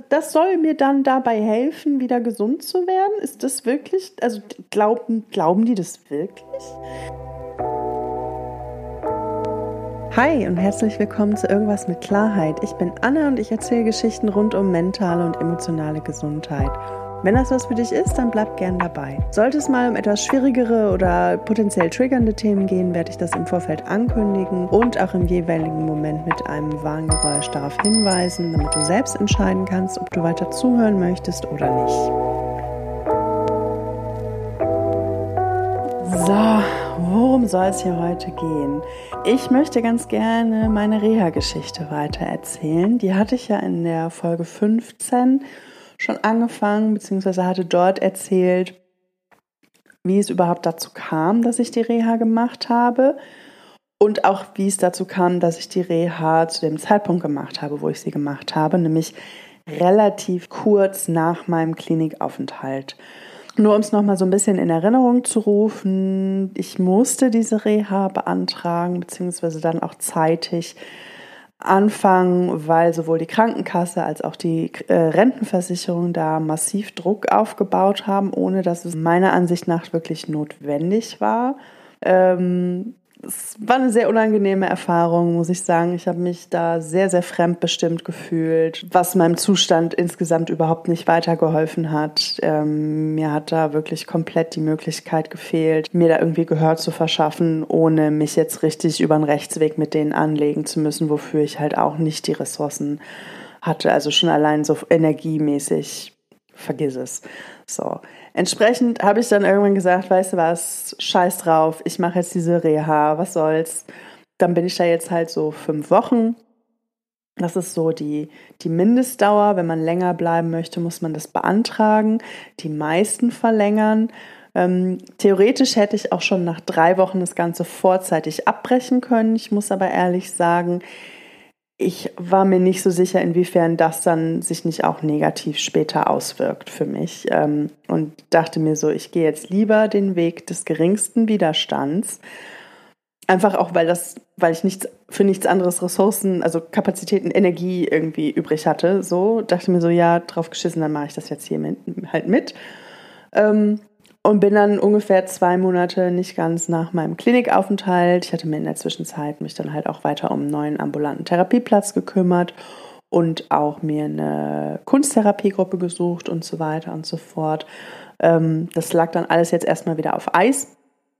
das soll mir dann dabei helfen, wieder gesund zu werden? Ist das wirklich, also glauben die das wirklich? Hi und herzlich willkommen zu Irgendwas mit Klarheit. Ich bin Anna und ich erzähle Geschichten rund um mentale und emotionale Gesundheit. Wenn das was für dich ist, dann bleib gern dabei. Sollte es mal um etwas schwierigere oder potenziell triggernde Themen gehen, werde ich das im Vorfeld ankündigen und auch im jeweiligen Moment mit einem Warngeräusch darauf hinweisen, damit du selbst entscheiden kannst, ob du weiter zuhören möchtest oder nicht. So, worum soll es hier heute gehen? Ich möchte ganz gerne meine Reha-Geschichte weitererzählen. Die hatte ich ja in der Folge 15 schon angefangen, beziehungsweise hatte dort erzählt, wie es überhaupt dazu kam, dass ich die Reha gemacht habe und auch wie es dazu kam, dass ich die Reha zu dem Zeitpunkt gemacht habe, wo ich sie gemacht habe, nämlich relativ kurz nach meinem Klinikaufenthalt. Nur um es nochmal so ein bisschen in Erinnerung zu rufen, ich musste diese Reha beantragen, beziehungsweise dann auch zeitig anfangen, weil sowohl die Krankenkasse als auch die Rentenversicherung da massiv Druck aufgebaut haben, ohne dass es meiner Ansicht nach wirklich notwendig war. Es war eine sehr unangenehme Erfahrung, muss ich sagen. Ich habe mich da sehr, sehr fremdbestimmt gefühlt, was meinem Zustand insgesamt überhaupt nicht weitergeholfen hat. Mir hat da wirklich komplett die Möglichkeit gefehlt, mir da irgendwie Gehör zu verschaffen, ohne mich jetzt richtig über den Rechtsweg mit denen anlegen zu müssen, wofür ich halt auch nicht die Ressourcen hatte. Also schon allein so energiemäßig, vergiss es. So. Entsprechend habe ich dann irgendwann gesagt, weißt du was, scheiß drauf, ich mache jetzt diese Reha, was soll's. Dann bin ich da jetzt halt so 5 Wochen. Das ist so die Mindestdauer. Wenn man länger bleiben möchte, muss man das beantragen. Die meisten verlängern. Theoretisch hätte ich auch schon nach 3 Wochen das Ganze vorzeitig abbrechen können. Ich muss aber ehrlich sagen, ich war mir nicht so sicher, inwiefern das dann sich nicht auch negativ später auswirkt für mich. Und dachte mir so, ich gehe jetzt lieber den Weg des geringsten Widerstands. Einfach auch, weil ich für nichts anderes Ressourcen, also Kapazitäten, Energie irgendwie übrig hatte. So dachte mir so, ja, drauf geschissen, dann mache ich das jetzt hier mit. Und bin dann ungefähr 2 Monate nicht ganz nach meinem Klinikaufenthalt. Ich hatte mir in der Zwischenzeit mich dann halt auch weiter um einen neuen ambulanten Therapieplatz gekümmert und auch mir eine Kunsttherapiegruppe gesucht und so weiter und so fort. Das lag dann alles jetzt erstmal wieder auf Eis,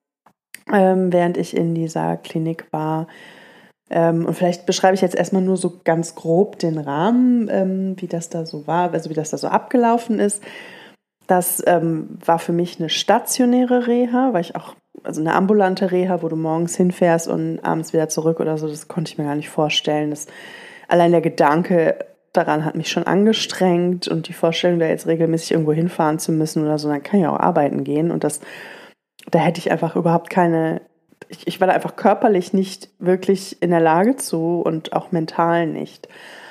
während ich in dieser Klinik war. Und vielleicht beschreibe ich jetzt erstmal nur so ganz grob den Rahmen, wie das da so war, also wie das da so abgelaufen ist. Das war für mich eine stationäre Reha, also eine ambulante Reha, wo du morgens hinfährst und abends wieder zurück oder so, das konnte ich mir gar nicht vorstellen. Allein der Gedanke daran hat mich schon angestrengt und die Vorstellung, da jetzt regelmäßig irgendwo hinfahren zu müssen oder so, dann kann ich auch arbeiten gehen und da hätte ich einfach überhaupt ich war da einfach körperlich nicht wirklich in der Lage zu und auch mental nicht.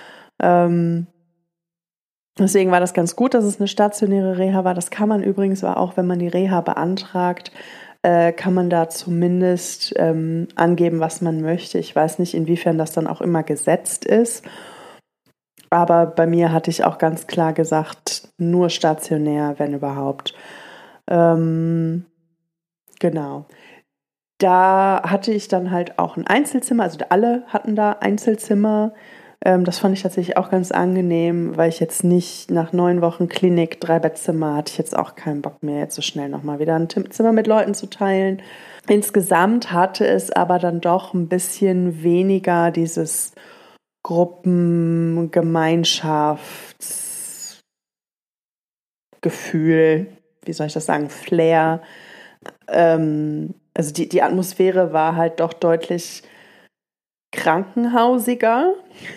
Deswegen war das ganz gut, dass es eine stationäre Reha war. Das kann man übrigens auch, wenn man die Reha beantragt, kann man da zumindest angeben, was man möchte. Ich weiß nicht, inwiefern das dann auch immer gesetzt ist. Aber bei mir hatte ich auch ganz klar gesagt, nur stationär, wenn überhaupt. Genau. Da hatte ich dann halt auch ein Einzelzimmer, also alle hatten da Einzelzimmer. Das fand ich tatsächlich auch ganz angenehm, weil ich jetzt nicht nach 9 Wochen Klinik, 3 Bettzimmer, hatte ich jetzt auch keinen Bock mehr, jetzt so schnell nochmal wieder ein Zimmer mit Leuten zu teilen. Insgesamt hatte es aber dann doch ein bisschen weniger dieses Gruppengemeinschaftsgefühl, wie soll ich das sagen, Flair. Also die Atmosphäre war halt doch deutlich krankenhausiger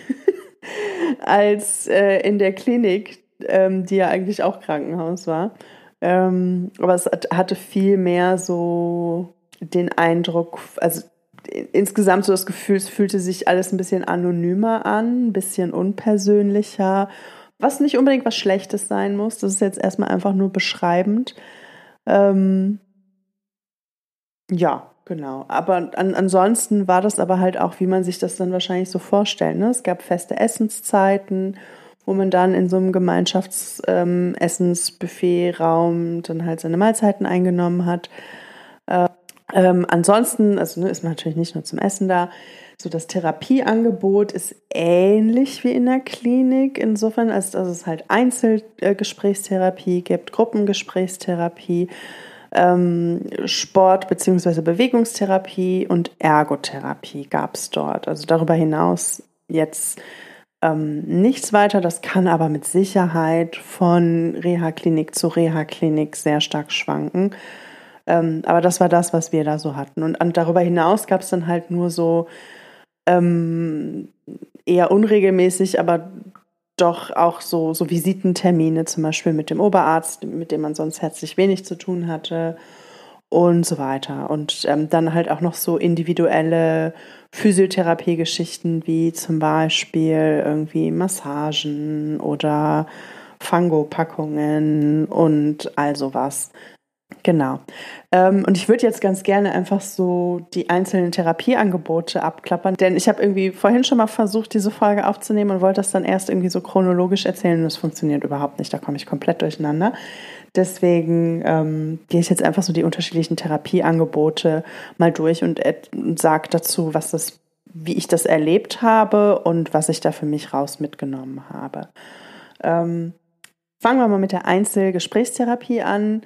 als in der Klinik, die ja eigentlich auch Krankenhaus war. Aber es hatte viel mehr so den Eindruck, also insgesamt so das Gefühl, es fühlte sich alles ein bisschen anonymer an, ein bisschen unpersönlicher, was nicht unbedingt was Schlechtes sein muss. Das ist jetzt erstmal einfach nur beschreibend. Ja, genau. Aber ansonsten war das aber halt auch, wie man sich das dann wahrscheinlich so vorstellt. Ne? Es gab feste Essenszeiten wo man dann in so einem Gemeinschaftsessensbuffet-Raum dann halt seine Mahlzeiten eingenommen hat. Ansonsten, also ist man natürlich nicht nur zum Essen da, so das Therapieangebot ist ähnlich wie in der Klinik, insofern, als dass es halt Einzelgesprächstherapie gibt, Gruppengesprächstherapie, Sport- bzw. Bewegungstherapie und Ergotherapie gab es dort. Also darüber hinaus jetzt nichts weiter. Das kann aber mit Sicherheit von Reha-Klinik zu Reha-Klinik sehr stark schwanken. Aber das war das, was wir da so hatten. Und darüber hinaus gab es dann halt nur so eher unregelmäßig, aber doch auch so Visitentermine, zum Beispiel mit dem Oberarzt, mit dem man sonst herzlich wenig zu tun hatte und so weiter. Und dann halt auch noch so individuelle Physiotherapie-Geschichten wie zum Beispiel irgendwie Massagen oder Fango-Packungen und all sowas. Genau. Und ich würde jetzt ganz gerne einfach so die einzelnen Therapieangebote abklappern, denn ich habe irgendwie vorhin schon mal versucht, diese Folge aufzunehmen und wollte das dann erst irgendwie so chronologisch erzählen und das funktioniert überhaupt nicht, da komme ich komplett durcheinander. Deswegen gehe ich jetzt einfach so die unterschiedlichen Therapieangebote mal durch und sage dazu, wie ich das erlebt habe und was ich da für mich raus mitgenommen habe. Fangen wir mal mit der Einzelgesprächstherapie an.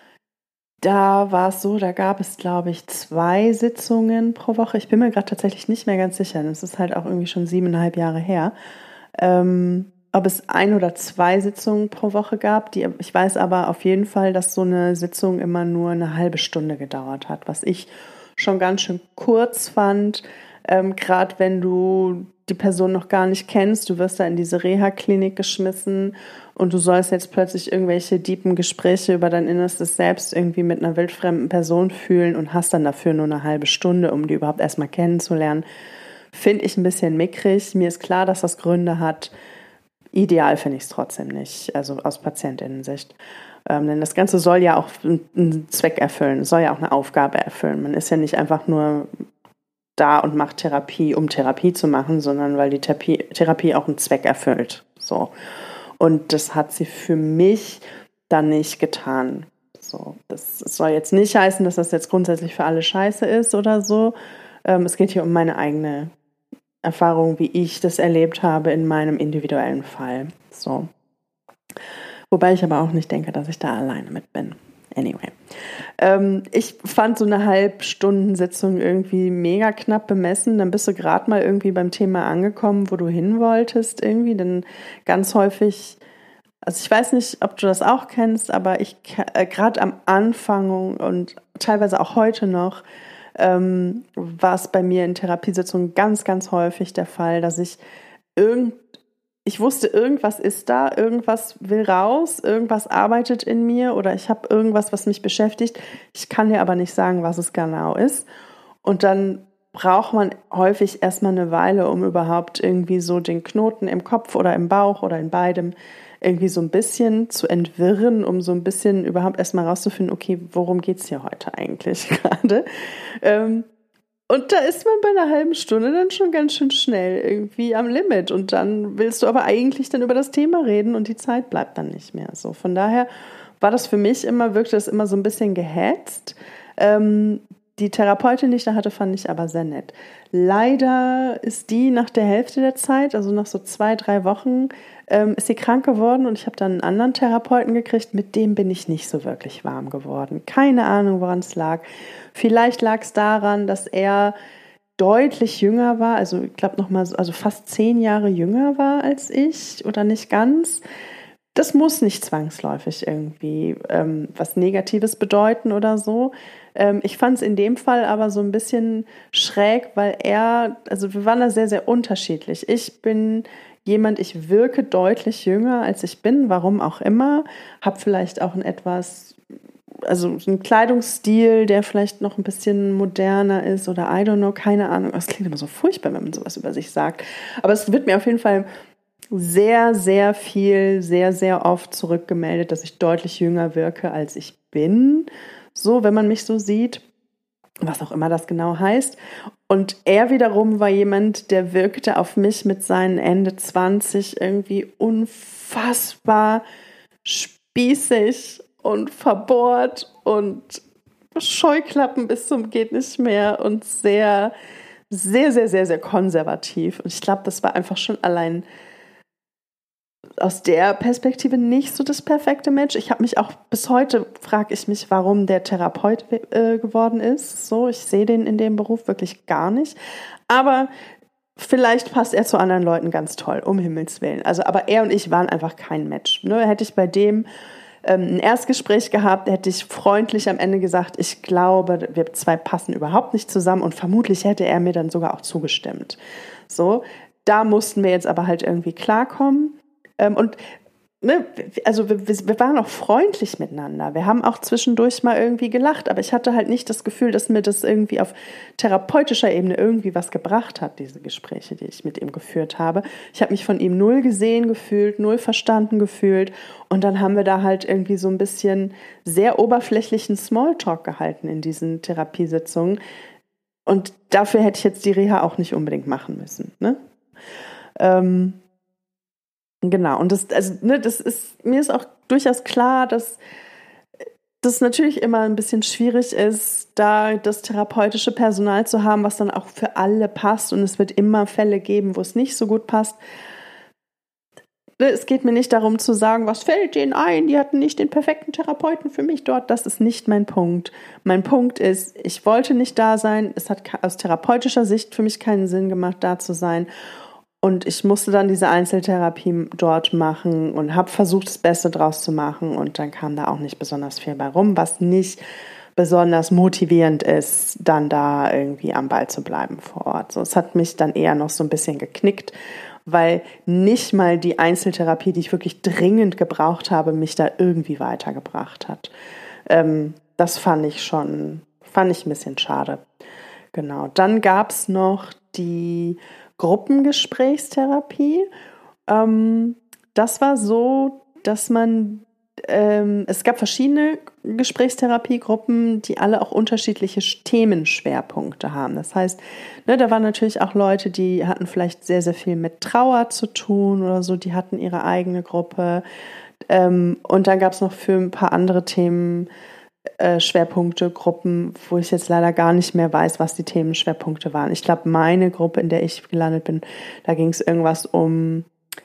Da war es so, da gab es, glaube ich, 2 Sitzungen pro Woche. Ich bin mir gerade tatsächlich nicht mehr ganz sicher. Das ist halt auch irgendwie schon 7,5 Jahre her. Ob es 1 oder 2 Sitzungen pro Woche gab. Ich weiß aber auf jeden Fall, dass so eine Sitzung immer nur eine halbe Stunde gedauert hat, was ich schon ganz schön kurz fand. Gerade wenn du die Person noch gar nicht kennst, du wirst da in diese Reha-Klinik geschmissen und du sollst jetzt plötzlich irgendwelche deepen Gespräche über dein innerstes Selbst irgendwie mit einer wildfremden Person fühlen und hast dann dafür nur eine halbe Stunde, um die überhaupt erstmal kennenzulernen, finde ich ein bisschen mickrig. Mir ist klar, dass das Gründe hat. Ideal finde ich es trotzdem nicht, also aus PatientInnen-Sicht. Denn das Ganze soll ja auch einen Zweck erfüllen, soll ja auch eine Aufgabe erfüllen. Man ist ja nicht einfach nur da und macht Therapie, um Therapie zu machen, sondern weil die Therapie auch einen Zweck erfüllt. So. Und das hat sie für mich dann nicht getan. So. Das soll jetzt nicht heißen, dass das jetzt grundsätzlich für alle scheiße ist oder so. Es geht hier um meine eigene Erfahrung, wie ich das erlebt habe in meinem individuellen Fall. So. Wobei ich aber auch nicht denke, dass ich da alleine mit bin. Anyway. Ich fand so eine Halbstundensitzung irgendwie mega knapp bemessen. Dann bist du gerade mal irgendwie beim Thema angekommen, wo du hin wolltest irgendwie. Denn ganz häufig, also ich weiß nicht, ob du das auch kennst, aber ich gerade am Anfang und teilweise auch heute noch, war es bei mir in Therapiesitzungen ganz, ganz häufig der Fall, dass ich wusste, irgendwas ist da, irgendwas will raus, irgendwas arbeitet in mir oder ich habe irgendwas, was mich beschäftigt. Ich kann dir aber nicht sagen, was es genau ist. Und dann braucht man häufig erstmal eine Weile, um überhaupt irgendwie so den Knoten im Kopf oder im Bauch oder in beidem irgendwie so ein bisschen zu entwirren, um so ein bisschen überhaupt erstmal rauszufinden, okay, worum geht's hier heute eigentlich gerade? Und da ist man bei einer halben Stunde dann schon ganz schön schnell irgendwie am Limit. Und dann willst du aber eigentlich dann über das Thema reden und die Zeit bleibt dann nicht mehr so. Von daher war das für mich wirkte das immer so ein bisschen gehetzt. Die Therapeutin, die ich da hatte, fand ich aber sehr nett. Leider ist die nach der Hälfte der Zeit, also nach so 2, 3 Wochen, ist sie krank geworden und ich habe dann einen anderen Therapeuten gekriegt, mit dem bin ich nicht so wirklich warm geworden. Keine Ahnung, woran es lag. Vielleicht lag es daran, dass er deutlich jünger war, also ich glaube also fast 10 Jahre jünger war als ich oder nicht ganz. Das muss nicht zwangsläufig irgendwie was Negatives bedeuten oder so. Ich fand es in dem Fall aber so ein bisschen schräg, weil also wir waren da sehr, sehr unterschiedlich. Ich bin ich wirke deutlich jünger, als ich bin, warum auch immer, habe vielleicht auch also einen Kleidungsstil, der vielleicht noch ein bisschen moderner ist oder I don't know, keine Ahnung. Das klingt immer so furchtbar, wenn man sowas über sich sagt. Aber es wird mir auf jeden Fall sehr, sehr viel, sehr, sehr oft zurückgemeldet, dass ich deutlich jünger wirke, als ich bin. So, wenn man mich so sieht. was auch immer das genau heißt. Und er wiederum war jemand, der wirkte auf mich mit seinen Ende 20 irgendwie unfassbar spießig und verbohrt und Scheuklappen bis zum geht nicht mehr und sehr, sehr, sehr, sehr, sehr konservativ. Und ich glaube, das war einfach schon allein aus der Perspektive nicht so das perfekte Match. Ich habe mich auch bis heute, frage ich mich, warum der Therapeut geworden ist. So, ich sehe den in dem Beruf wirklich gar nicht. Aber vielleicht passt er zu anderen Leuten ganz toll, um Himmels Willen. Also, aber er und ich waren einfach kein Match. Ne? Hätte ich bei dem ein Erstgespräch gehabt, hätte ich freundlich am Ende gesagt, ich glaube, wir zwei passen überhaupt nicht zusammen und vermutlich hätte er mir dann sogar auch zugestimmt. So, da mussten wir jetzt aber halt irgendwie klarkommen. Und ne, also wir waren auch freundlich miteinander. Wir haben auch zwischendurch mal irgendwie gelacht, aber ich hatte halt nicht das Gefühl, dass mir das irgendwie auf therapeutischer Ebene irgendwie was gebracht hat, diese Gespräche, die ich mit ihm geführt habe. Ich habe mich von ihm null gesehen gefühlt, null verstanden gefühlt und dann haben wir da halt irgendwie so ein bisschen sehr oberflächlichen Smalltalk gehalten in diesen Therapiesitzungen und dafür hätte ich jetzt die Reha auch nicht unbedingt machen müssen, ne? Genau, und mir ist auch durchaus klar, dass das natürlich immer ein bisschen schwierig ist, da das therapeutische Personal zu haben, was dann auch für alle passt und es wird immer Fälle geben, wo es nicht so gut passt. Es geht mir nicht darum zu sagen, was fällt denen ein, die hatten nicht den perfekten Therapeuten für mich dort, das ist nicht mein Punkt. Mein Punkt ist, ich wollte nicht da sein, es hat aus therapeutischer Sicht für mich keinen Sinn gemacht, da zu sein. Und ich musste dann diese Einzeltherapie dort machen und habe versucht, das Beste draus zu machen. Und dann kam da auch nicht besonders viel bei rum, was nicht besonders motivierend ist, dann da irgendwie am Ball zu bleiben vor Ort. So, es hat mich dann eher noch so ein bisschen geknickt, weil nicht mal die Einzeltherapie, die ich wirklich dringend gebraucht habe, mich da irgendwie weitergebracht hat. Das fand ich ein bisschen schade. Genau. Dann gab es noch die Gruppengesprächstherapie. Das war so, dass es gab verschiedene Gesprächstherapiegruppen, die alle auch unterschiedliche Themenschwerpunkte haben. Das heißt, ne, da waren natürlich auch Leute, die hatten vielleicht sehr, sehr viel mit Trauer zu tun oder so, die hatten ihre eigene Gruppe. Und dann gab es noch für ein paar andere Themen Schwerpunkte, Gruppen, wo ich jetzt leider gar nicht mehr weiß, was die Themenschwerpunkte waren. Ich glaube, meine Gruppe, in der ich gelandet bin, da ging es irgendwas um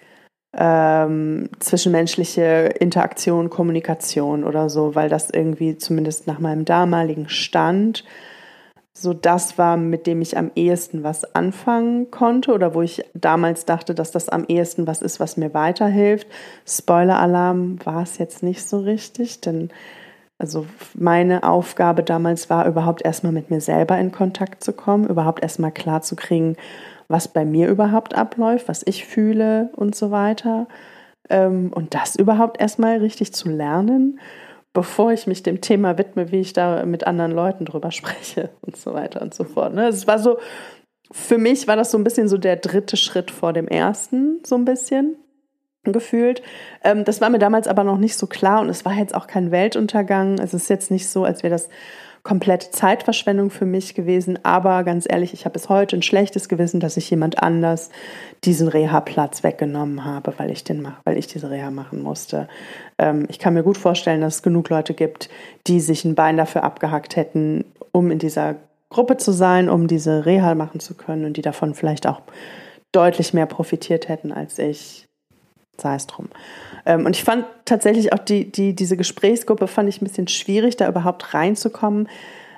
zwischenmenschliche Interaktion, Kommunikation oder so, weil das irgendwie zumindest nach meinem damaligen Stand so das war, mit dem ich am ehesten was anfangen konnte oder wo ich damals dachte, dass das am ehesten was ist, was mir weiterhilft. Spoiler-Alarm war es jetzt nicht so richtig, denn also meine Aufgabe damals war, überhaupt erstmal mit mir selber in Kontakt zu kommen, überhaupt erstmal klar zu kriegen, was bei mir überhaupt abläuft, was ich fühle und so weiter. Und das überhaupt erstmal richtig zu lernen, bevor ich mich dem Thema widme, wie ich da mit anderen Leuten drüber spreche und so weiter und so fort. Es war so, für mich war das so ein bisschen so der dritte Schritt vor dem ersten, so ein bisschen gefühlt. Das war mir damals aber noch nicht so klar und es war jetzt auch kein Weltuntergang. Es ist jetzt nicht so, als wäre das komplette Zeitverschwendung für mich gewesen, aber ganz ehrlich, ich habe bis heute ein schlechtes Gewissen, dass ich jemand anders diesen Reha-Platz weggenommen habe, weil ich diese Reha machen musste. Ich kann mir gut vorstellen, dass es genug Leute gibt, die sich ein Bein dafür abgehackt hätten, um in dieser Gruppe zu sein, um diese Reha machen zu können und die davon vielleicht auch deutlich mehr profitiert hätten als ich. Sei es drum. Und ich fand tatsächlich auch diese Gesprächsgruppe fand ich ein bisschen schwierig, da überhaupt reinzukommen,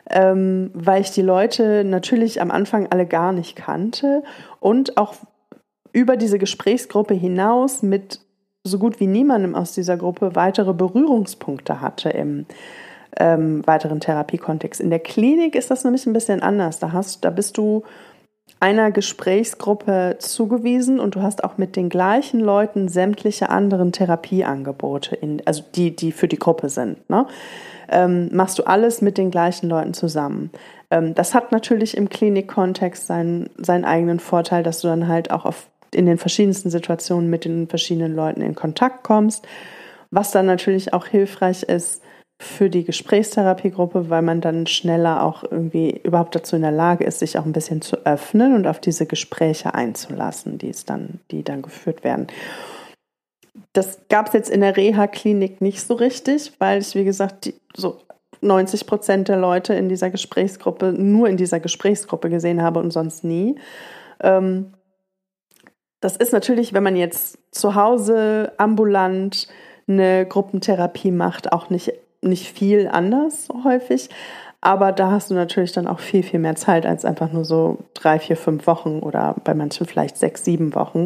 weil ich die Leute natürlich am Anfang alle gar nicht kannte und auch über diese Gesprächsgruppe hinaus mit so gut wie niemandem aus dieser Gruppe weitere Berührungspunkte hatte im weiteren Therapiekontext. In der Klinik ist das nämlich ein bisschen anders. Da bist du einer Gesprächsgruppe zugewiesen und du hast auch mit den gleichen Leuten sämtliche anderen Therapieangebote, also die für die Gruppe sind, ne? Machst du alles mit den gleichen Leuten zusammen. Das hat natürlich im Klinikkontext seinen eigenen Vorteil, dass du dann halt auch in den verschiedensten Situationen mit den verschiedenen Leuten in Kontakt kommst, was dann natürlich auch hilfreich ist, für die Gesprächstherapiegruppe, weil man dann schneller auch irgendwie überhaupt dazu in der Lage ist, sich auch ein bisschen zu öffnen und auf diese Gespräche einzulassen, die dann geführt werden. Das gab es jetzt in der Reha-Klinik nicht so richtig, weil ich, wie gesagt, so 90% der Leute in dieser Gesprächsgruppe nur in dieser Gesprächsgruppe gesehen habe und sonst nie. Das ist natürlich, wenn man jetzt zu Hause ambulant eine Gruppentherapie macht, auch nicht viel anders häufig. Aber da hast du natürlich dann auch viel, viel mehr Zeit als einfach nur so 3, 4, 5 Wochen oder bei manchen vielleicht 6, 7 Wochen,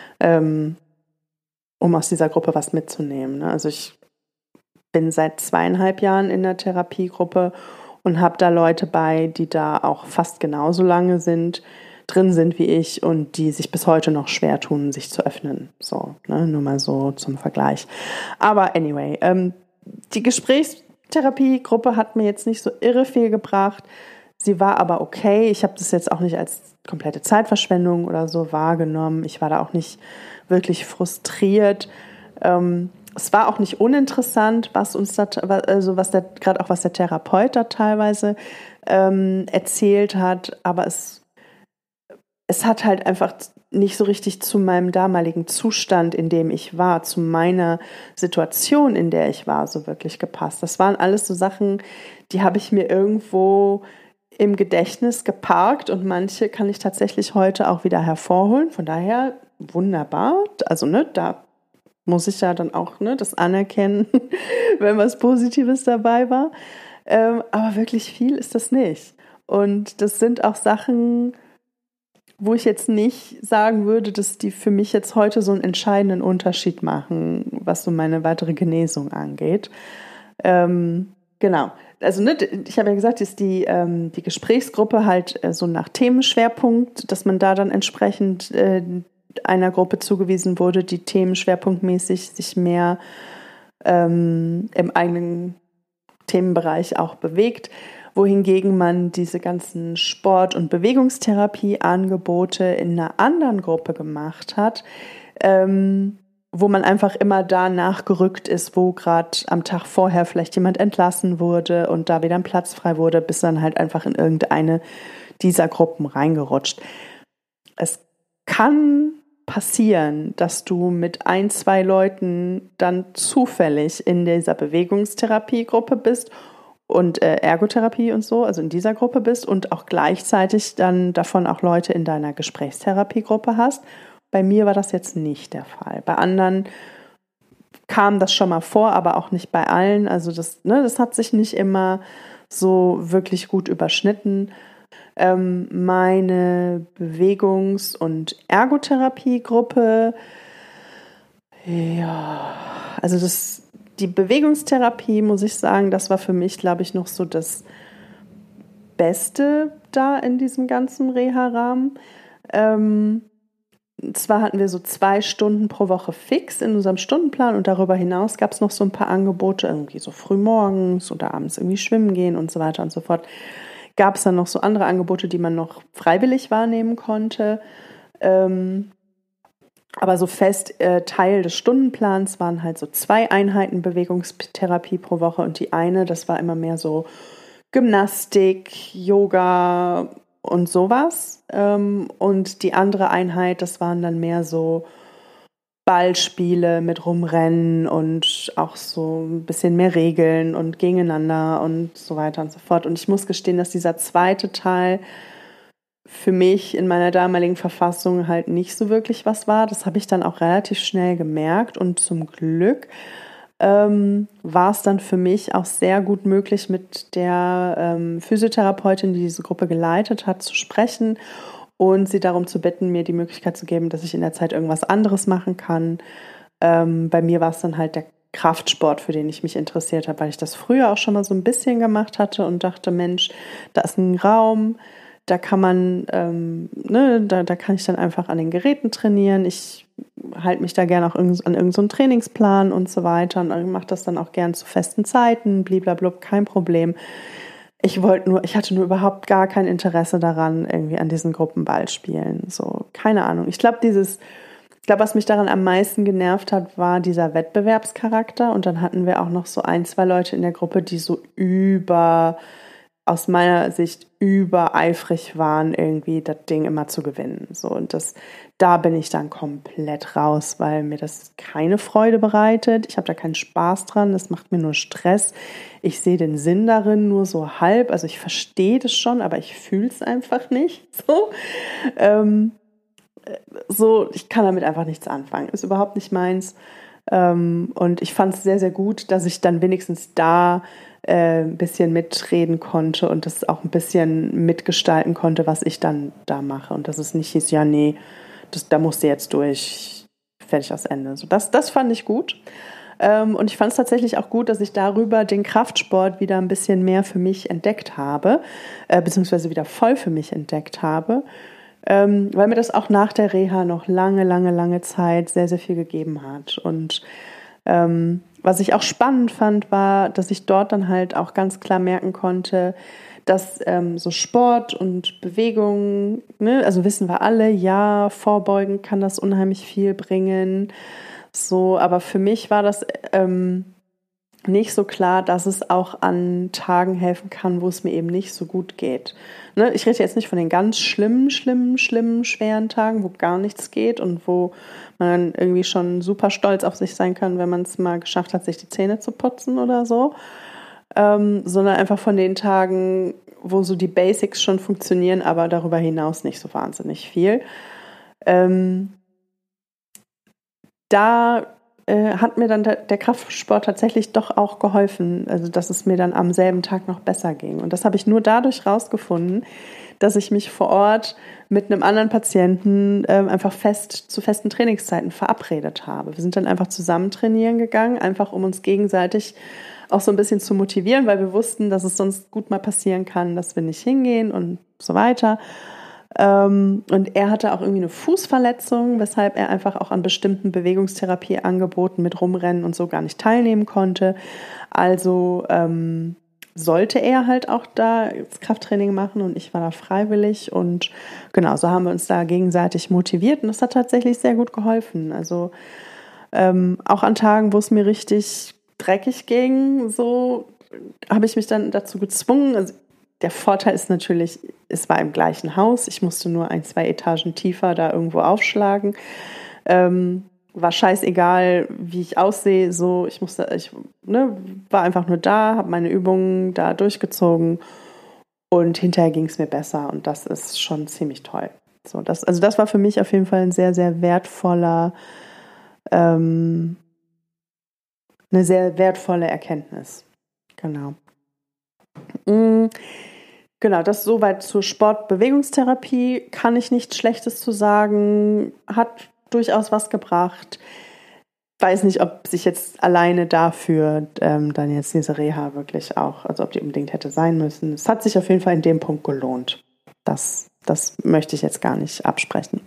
um aus dieser Gruppe was mitzunehmen. Also ich bin seit 2,5 Jahren in der Therapiegruppe und habe da Leute bei, die da auch fast genauso lange drin sind wie ich und die sich bis heute noch schwer tun, sich zu öffnen. So, ne? Nur mal so zum Vergleich. Aber anyway, die Gesprächstherapiegruppe hat mir jetzt nicht so irre viel gebracht. Sie war aber okay. Ich habe das jetzt auch nicht als komplette Zeitverschwendung oder so wahrgenommen. Ich war da auch nicht wirklich frustriert. Es war auch nicht uninteressant, was der Therapeut da teilweise erzählt hat, aber es hat halt einfach nicht so richtig zu meinem damaligen Zustand, in dem ich war, zu meiner Situation, in der ich war, so wirklich gepasst. Das waren alles so Sachen, die habe ich mir irgendwo im Gedächtnis geparkt und manche kann ich tatsächlich heute auch wieder hervorholen. Von daher wunderbar. Also da muss ich ja dann auch das anerkennen, wenn was Positives dabei war. Aber wirklich viel ist das nicht. Und das sind auch Sachen, wo ich jetzt nicht sagen würde, dass die für mich jetzt heute so einen entscheidenden Unterschied machen, was so meine weitere Genesung angeht. Genau. Also ich habe ja gesagt, dass die Gesprächsgruppe halt so nach Themenschwerpunkt, dass man da dann entsprechend einer Gruppe zugewiesen wurde, die themenschwerpunktmäßig sich mehr im eigenen Themenbereich auch bewegt, wohingegen man diese ganzen Sport- und Bewegungstherapie-Angebote in einer anderen Gruppe gemacht hat, wo man einfach immer da nachgerückt ist, wo gerade am Tag vorher vielleicht jemand entlassen wurde und da wieder ein Platz frei wurde, bis dann halt einfach in irgendeine dieser Gruppen reingerutscht. Es kann passieren, dass du mit 1, 2 Leuten dann zufällig in dieser Bewegungstherapiegruppe bist und Ergotherapie und so, also in dieser Gruppe bist und auch gleichzeitig dann davon auch Leute in deiner Gesprächstherapiegruppe hast. Bei mir war das jetzt nicht der Fall. Bei anderen kam das schon mal vor, aber auch nicht bei allen. Also das hat sich nicht immer so wirklich gut überschnitten. Meine Bewegungs- und Ergotherapiegruppe, ja, also die Bewegungstherapie, muss ich sagen, das war für mich, glaube ich, noch so das Beste da in diesem ganzen Reha-Rahmen. Zwar hatten wir so 2 Stunden pro Woche fix in unserem Stundenplan und darüber hinaus gab es noch so ein paar Angebote, irgendwie so früh morgens oder abends irgendwie schwimmen gehen und so weiter und so fort. Gab es dann noch so andere Angebote, die man noch freiwillig wahrnehmen konnte. Aber so fest Teil des Stundenplans waren halt so 2 Einheiten Bewegungstherapie pro Woche und die eine, das war immer mehr so Gymnastik, Yoga und sowas. Und die andere Einheit, das waren dann mehr so Ballspiele mit Rumrennen und auch so ein bisschen mehr Regeln und gegeneinander und so weiter und so fort. Und ich muss gestehen, dass dieser zweite Teil für mich in meiner damaligen Verfassung halt nicht so wirklich was war. Das habe ich dann auch relativ schnell gemerkt und zum Glück war es dann für mich auch sehr gut möglich, mit der Physiotherapeutin, die diese Gruppe geleitet hat, zu sprechen und sie darum zu bitten, mir die Möglichkeit zu geben, dass ich in der Zeit irgendwas anderes machen kann. Bei mir war es dann halt der Kraftsport, für den ich mich interessiert habe, weil ich das früher auch schon mal so ein bisschen gemacht hatte und dachte, Mensch, da ist ein Raum, da kann man, da kann ich dann einfach an den Geräten trainieren. Ich halte mich da gerne auch an irgendeinen so Trainingsplan und so weiter und mache das dann auch gern zu festen Zeiten, bliblablub, kein Problem. Ich hatte nur überhaupt gar kein Interesse daran, irgendwie an diesen Gruppenballspielen. So, keine Ahnung. Ich glaube, dieses glaube, was mich daran am meisten genervt hat, war dieser Wettbewerbscharakter. Und dann hatten wir auch noch so ein, zwei Leute in der Gruppe, die so aus meiner Sicht übereifrig waren, irgendwie das Ding immer zu gewinnen. So, und da bin ich dann komplett raus, weil mir das keine Freude bereitet. Ich habe da keinen Spaß dran, das macht mir nur Stress. Ich sehe den Sinn darin nur so halb. Also ich verstehe das schon, aber ich fühle es einfach nicht so. Ich kann damit einfach nichts anfangen. Ist überhaupt nicht meins. Und ich fand es sehr, sehr gut, dass ich dann wenigstens da ein bisschen mitreden konnte und das auch ein bisschen mitgestalten konnte, was ich dann da mache. Und dass es nicht hieß, ja, nee, da musst du jetzt durch, fertig aus Ende. So, das fand ich gut. Und ich fand es tatsächlich auch gut, dass ich darüber den Kraftsport wieder ein bisschen mehr für mich entdeckt habe, beziehungsweise wieder voll für mich entdeckt habe, weil mir das auch nach der Reha noch lange, lange, lange Zeit sehr, sehr viel gegeben hat. Und was ich auch spannend fand, war, dass ich dort dann halt auch ganz klar merken konnte, dass so Sport und Bewegung, ne, also wissen wir alle, ja, vorbeugen kann das unheimlich viel bringen. So, aber für mich war das nicht so klar, dass es auch an Tagen helfen kann, wo es mir eben nicht so gut geht. Ne? Ich rede jetzt nicht von den ganz schlimmen, schweren Tagen, wo gar nichts geht und wo man irgendwie schon super stolz auf sich sein kann, wenn man es mal geschafft hat, sich die Zähne zu putzen oder so, sondern einfach von den Tagen, wo so die Basics schon funktionieren, aber darüber hinaus nicht so wahnsinnig viel. Da hat mir dann der Kraftsport tatsächlich doch auch geholfen, also dass es mir dann am selben Tag noch besser ging. Und das habe ich nur dadurch rausgefunden, dass ich mich vor Ort mit einem anderen Patienten einfach zu festen Trainingszeiten verabredet habe. Wir sind dann einfach zusammen trainieren gegangen, einfach um uns gegenseitig auch so ein bisschen zu motivieren, weil wir wussten, dass es sonst gut mal passieren kann, dass wir nicht hingehen und so weiter. Und er hatte auch irgendwie eine Fußverletzung, weshalb er einfach auch an bestimmten Bewegungstherapieangeboten mit Rumrennen und so gar nicht teilnehmen konnte. Also sollte er halt auch da das Krafttraining machen und ich war da freiwillig und genau, so haben wir uns da gegenseitig motiviert und das hat tatsächlich sehr gut geholfen. Also auch an Tagen, wo es mir richtig dreckig ging, so habe ich mich dann dazu gezwungen. Also der Vorteil ist natürlich, es war im gleichen Haus. Ich musste nur 1, 2 Etagen tiefer da irgendwo aufschlagen. War scheißegal, wie ich aussehe. So, ich war einfach nur da, habe meine Übungen da durchgezogen und hinterher ging es mir besser. Und das ist schon ziemlich toll. So, das war für mich auf jeden Fall ein sehr, sehr eine sehr wertvolle Erkenntnis. Genau. Genau, das soweit zur Sportbewegungstherapie. Kann ich nichts Schlechtes zu sagen. Hat durchaus was gebracht. Weiß nicht, ob sich jetzt alleine dafür dann jetzt diese Reha wirklich auch, also ob die unbedingt hätte sein müssen. Es hat sich auf jeden Fall in dem Punkt gelohnt. Das möchte ich jetzt gar nicht absprechen.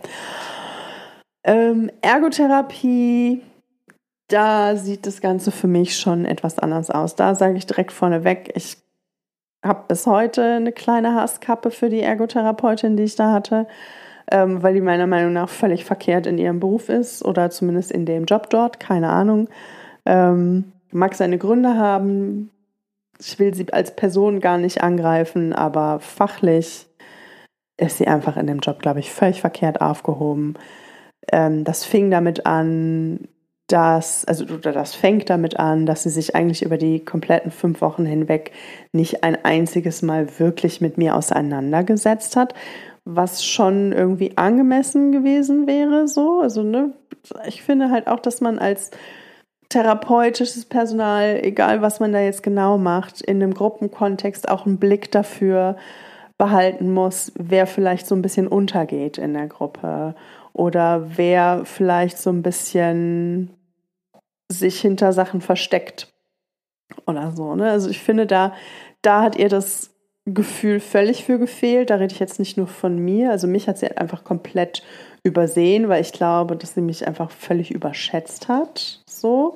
Ergotherapie, da sieht das Ganze für mich schon etwas anders aus. Da sage ich direkt vorneweg, ich habe bis heute eine kleine Hasskappe für die Ergotherapeutin, die ich da hatte, weil die meiner Meinung nach völlig verkehrt in ihrem Beruf ist oder zumindest in dem Job dort, keine Ahnung. Mag seine Gründe haben. Ich will sie als Person gar nicht angreifen, aber fachlich ist sie einfach in dem Job, glaube ich, völlig verkehrt aufgehoben. Das fängt damit an, dass sie sich eigentlich über die kompletten 5 Wochen hinweg nicht ein einziges Mal wirklich mit mir auseinandergesetzt hat, was schon irgendwie angemessen gewesen wäre, so. Also, ne, ich finde halt auch, dass man als therapeutisches Personal, egal was man da jetzt genau macht, in einem Gruppenkontext auch einen Blick dafür behalten muss, wer vielleicht so ein bisschen untergeht in der Gruppe oder wer vielleicht so ein bisschen sich hinter Sachen versteckt oder so, ne? Also ich finde, da hat ihr das Gefühl völlig für gefehlt. Da rede ich jetzt nicht nur von mir. Also mich hat sie einfach komplett übersehen, weil ich glaube, dass sie mich einfach völlig überschätzt hat. So.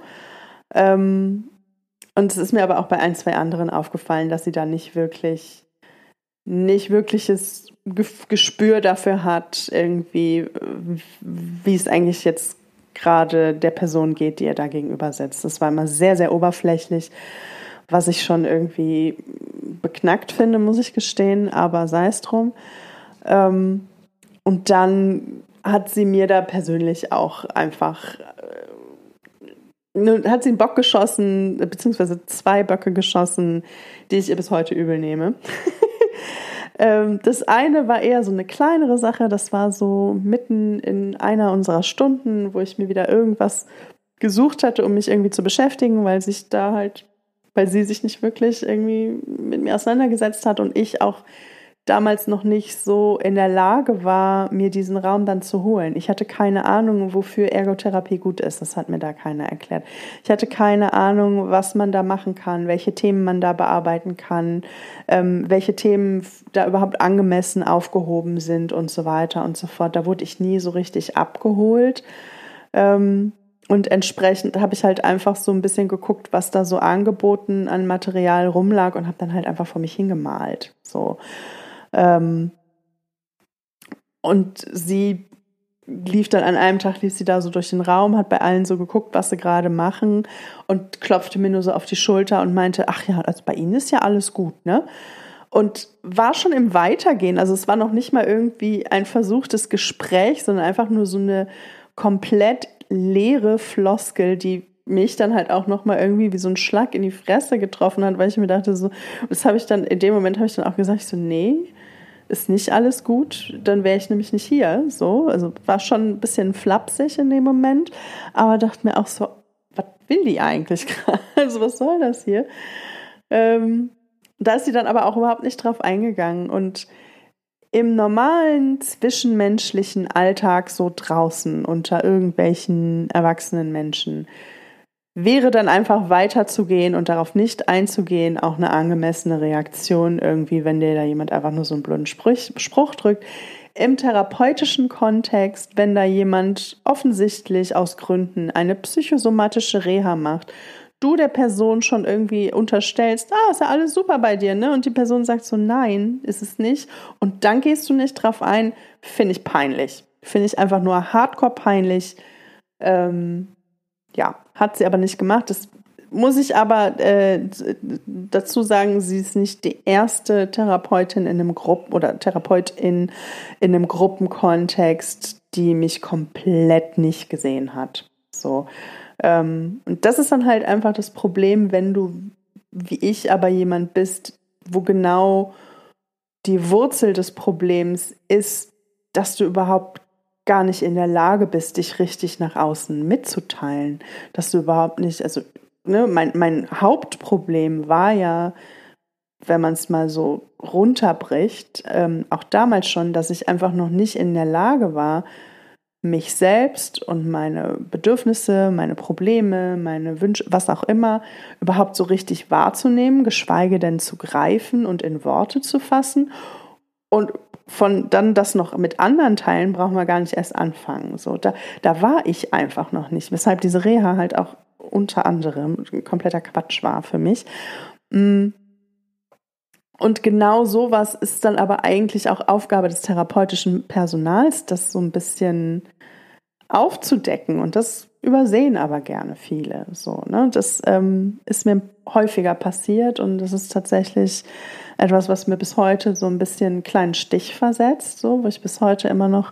Und es ist mir aber auch bei 1, 2 anderen aufgefallen, dass sie da nicht wirklich nicht wirkliches Gespür dafür hat, irgendwie, wie es eigentlich jetzt gerade der Person geht, die er da gegenüber sitzt. Das war immer sehr, sehr oberflächlich, was ich schon irgendwie beknackt finde, muss ich gestehen, aber sei es drum. Und dann hat sie mir da persönlich auch einfach, hat sie einen Bock geschossen, beziehungsweise 2 Böcke geschossen, die ich ihr bis heute übel nehme. Das eine war eher so eine kleinere Sache, das war so mitten in einer unserer Stunden, wo ich mir wieder irgendwas gesucht hatte, um mich irgendwie zu beschäftigen, weil sie sich nicht wirklich irgendwie mit mir auseinandergesetzt hat und ich auch damals noch nicht so in der Lage war, mir diesen Raum dann zu holen. Ich hatte keine Ahnung, wofür Ergotherapie gut ist. Das hat mir da keiner erklärt. Ich hatte keine Ahnung, was man da machen kann, welche Themen man da bearbeiten kann, welche Themen da überhaupt angemessen aufgehoben sind und so weiter und so fort. Da wurde ich nie so richtig abgeholt. Und entsprechend habe ich halt einfach so ein bisschen geguckt, was da so angeboten an Material rumlag und habe dann halt einfach vor mich hingemalt. So. Und sie lief dann an einem Tag, lief sie da so durch den Raum, hat bei allen so geguckt, was sie gerade machen und klopfte mir nur so auf die Schulter und meinte, ach ja, also bei Ihnen ist ja alles gut, ne? Und war schon im Weitergehen, also es war noch nicht mal irgendwie ein versuchtes Gespräch, sondern einfach nur so eine komplett leere Floskel, die mich dann halt auch nochmal irgendwie wie so ein Schlag in die Fresse getroffen hat, weil ich mir dachte so, in dem Moment habe ich dann auch gesagt, ich so, nee, ist nicht alles gut, dann wäre ich nämlich nicht hier, so, also war schon ein bisschen flapsig in dem Moment, aber dachte mir auch so, was will die eigentlich gerade, also was soll das hier? Da ist sie dann aber auch überhaupt nicht drauf eingegangen und im normalen zwischenmenschlichen Alltag so draußen unter irgendwelchen erwachsenen Menschen wäre dann einfach weiterzugehen und darauf nicht einzugehen, auch eine angemessene Reaktion irgendwie, wenn dir da jemand einfach nur so einen blöden Spruch drückt. Im therapeutischen Kontext, wenn da jemand offensichtlich aus Gründen eine psychosomatische Reha macht, du der Person schon irgendwie unterstellst, ist ja alles super bei dir, ne? Und die Person sagt so, nein, ist es nicht. Und dann gehst du nicht drauf ein, finde ich peinlich. Finde ich einfach nur hardcore peinlich. Ja, hat sie aber nicht gemacht. Das muss ich aber dazu sagen, sie ist nicht die erste Therapeutin in einem Therapeutin in einem Gruppenkontext, die mich komplett nicht gesehen hat. So. Und das ist dann halt einfach das Problem, wenn du, wie ich, aber jemand bist, wo genau die Wurzel des Problems ist, dass du überhaupt gar nicht in der Lage bist, dich richtig nach außen mitzuteilen, dass du überhaupt nicht, also ne, mein Hauptproblem war ja, wenn man es mal so runterbricht, auch damals schon, dass ich einfach noch nicht in der Lage war, mich selbst und meine Bedürfnisse, meine Probleme, meine Wünsche, was auch immer, überhaupt so richtig wahrzunehmen, geschweige denn zu greifen und in Worte zu fassen. Und von dann das noch mit anderen Teilen brauchen wir gar nicht erst anfangen. So, da war ich einfach noch nicht, weshalb diese Reha halt auch unter anderem kompletter Quatsch war für mich. Und genau sowas ist dann aber eigentlich auch Aufgabe des therapeutischen Personals, das so ein bisschen aufzudecken. Und das übersehen aber gerne viele. So, ne? Das ist mir häufiger passiert und das ist tatsächlich etwas, was mir bis heute so ein bisschen einen kleinen Stich versetzt, so, wo ich bis heute immer noch,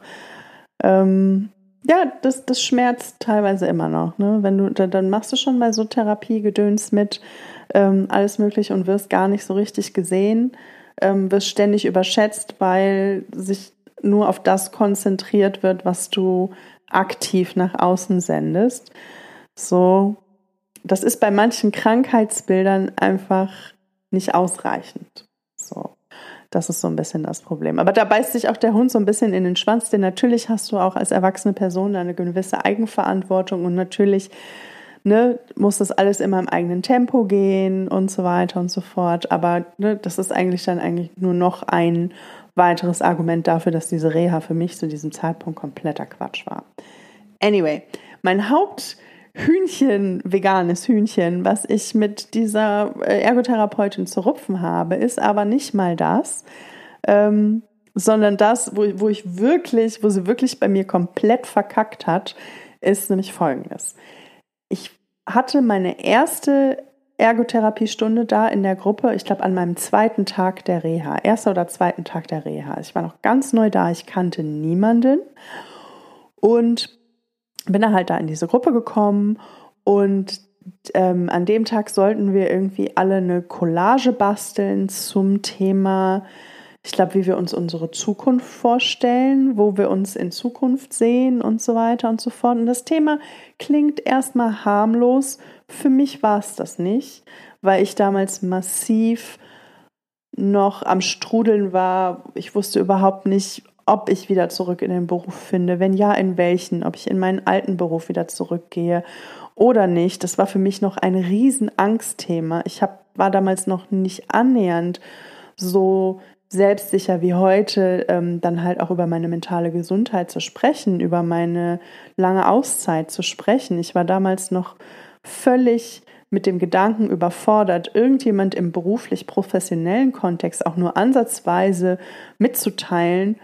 das schmerzt teilweise immer noch. Ne? Wenn du, dann machst du schon mal so Therapiegedöns mit, alles Mögliche und wirst gar nicht so richtig gesehen, wirst ständig überschätzt, weil sich nur auf das konzentriert wird, was du aktiv nach außen sendest. So, das ist bei manchen Krankheitsbildern einfach nicht ausreichend. So, das ist so ein bisschen das Problem. Aber da beißt sich auch der Hund so ein bisschen in den Schwanz, denn natürlich hast du auch als erwachsene Person eine gewisse Eigenverantwortung und natürlich muss das alles immer im eigenen Tempo gehen und so weiter und so fort. Aber das ist eigentlich nur noch ein weiteres Argument dafür, dass diese Reha für mich zu diesem Zeitpunkt kompletter Quatsch war. Anyway, mein veganes Hühnchen, was ich mit dieser Ergotherapeutin zu rupfen habe, ist aber nicht mal das, sondern das, wo sie wirklich bei mir komplett verkackt hat, ist nämlich Folgendes. Ich hatte meine erste Ergotherapiestunde da in der Gruppe, ich glaube an meinem zweiten Tag der Reha, erster oder zweiten Tag der Reha. Ich war noch ganz neu da, ich kannte niemanden und bin dann halt da in diese Gruppe gekommen und an dem Tag sollten wir irgendwie alle eine Collage basteln zum Thema, ich glaube, wie wir uns unsere Zukunft vorstellen, wo wir uns in Zukunft sehen und so weiter und so fort. Und das Thema klingt erstmal harmlos. Für mich war es das nicht, weil ich damals massiv noch am Strudeln war. Ich wusste überhaupt nicht, ob ich wieder zurück in den Beruf finde. Wenn ja, in welchen? Ob ich in meinen alten Beruf wieder zurückgehe oder nicht. Das war für mich noch ein riesen Angstthema. War damals noch nicht annähernd so selbstsicher wie heute, dann halt auch über meine mentale Gesundheit zu sprechen, über meine lange Auszeit zu sprechen. Ich war damals noch völlig mit dem Gedanken überfordert, irgendjemand im beruflich-professionellen Kontext auch nur ansatzweise mitzuteilen,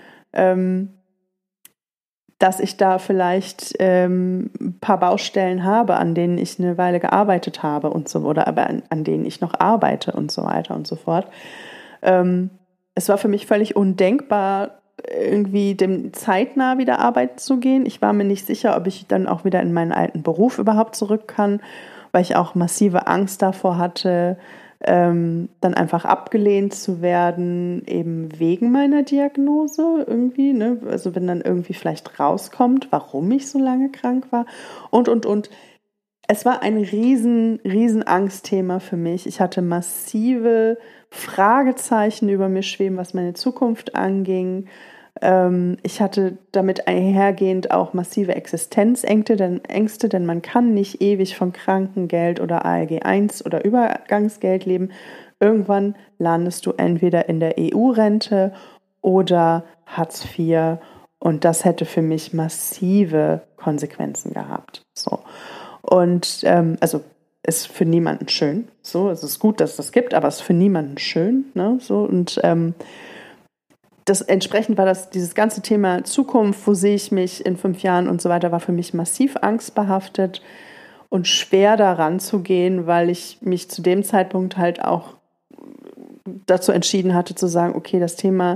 dass ich da vielleicht ein paar Baustellen habe, an denen ich eine Weile gearbeitet habe und so, oder aber an denen ich noch arbeite und so weiter und so fort. Es war für mich völlig undenkbar, irgendwie dem zeitnah wieder arbeiten zu gehen. Ich war mir nicht sicher, ob ich dann auch wieder in meinen alten Beruf überhaupt zurück kann, weil ich auch massive Angst davor hatte, dann einfach abgelehnt zu werden, eben wegen meiner Diagnose irgendwie, ne? Also wenn dann irgendwie vielleicht rauskommt, warum ich so lange krank war und. Es war ein riesen Angstthema für mich. Ich hatte massive Fragezeichen über mir schweben, was meine Zukunft anging. Ich hatte damit einhergehend auch massive Existenzängste, denn man kann nicht ewig von Krankengeld oder ALG 1 oder Übergangsgeld leben. Irgendwann landest du entweder in der EU-Rente oder Hartz IV und das hätte für mich massive Konsequenzen gehabt. So. Und also ist für niemanden schön. So, es ist gut, dass es das gibt, aber es ist für niemanden schön. Ne? So, und entsprechend war dieses ganze Thema Zukunft, wo sehe ich mich in 5 Jahren und so weiter, war für mich massiv angstbehaftet und schwer daran zu gehen, weil ich mich zu dem Zeitpunkt halt auch dazu entschieden hatte zu sagen, okay, das Thema,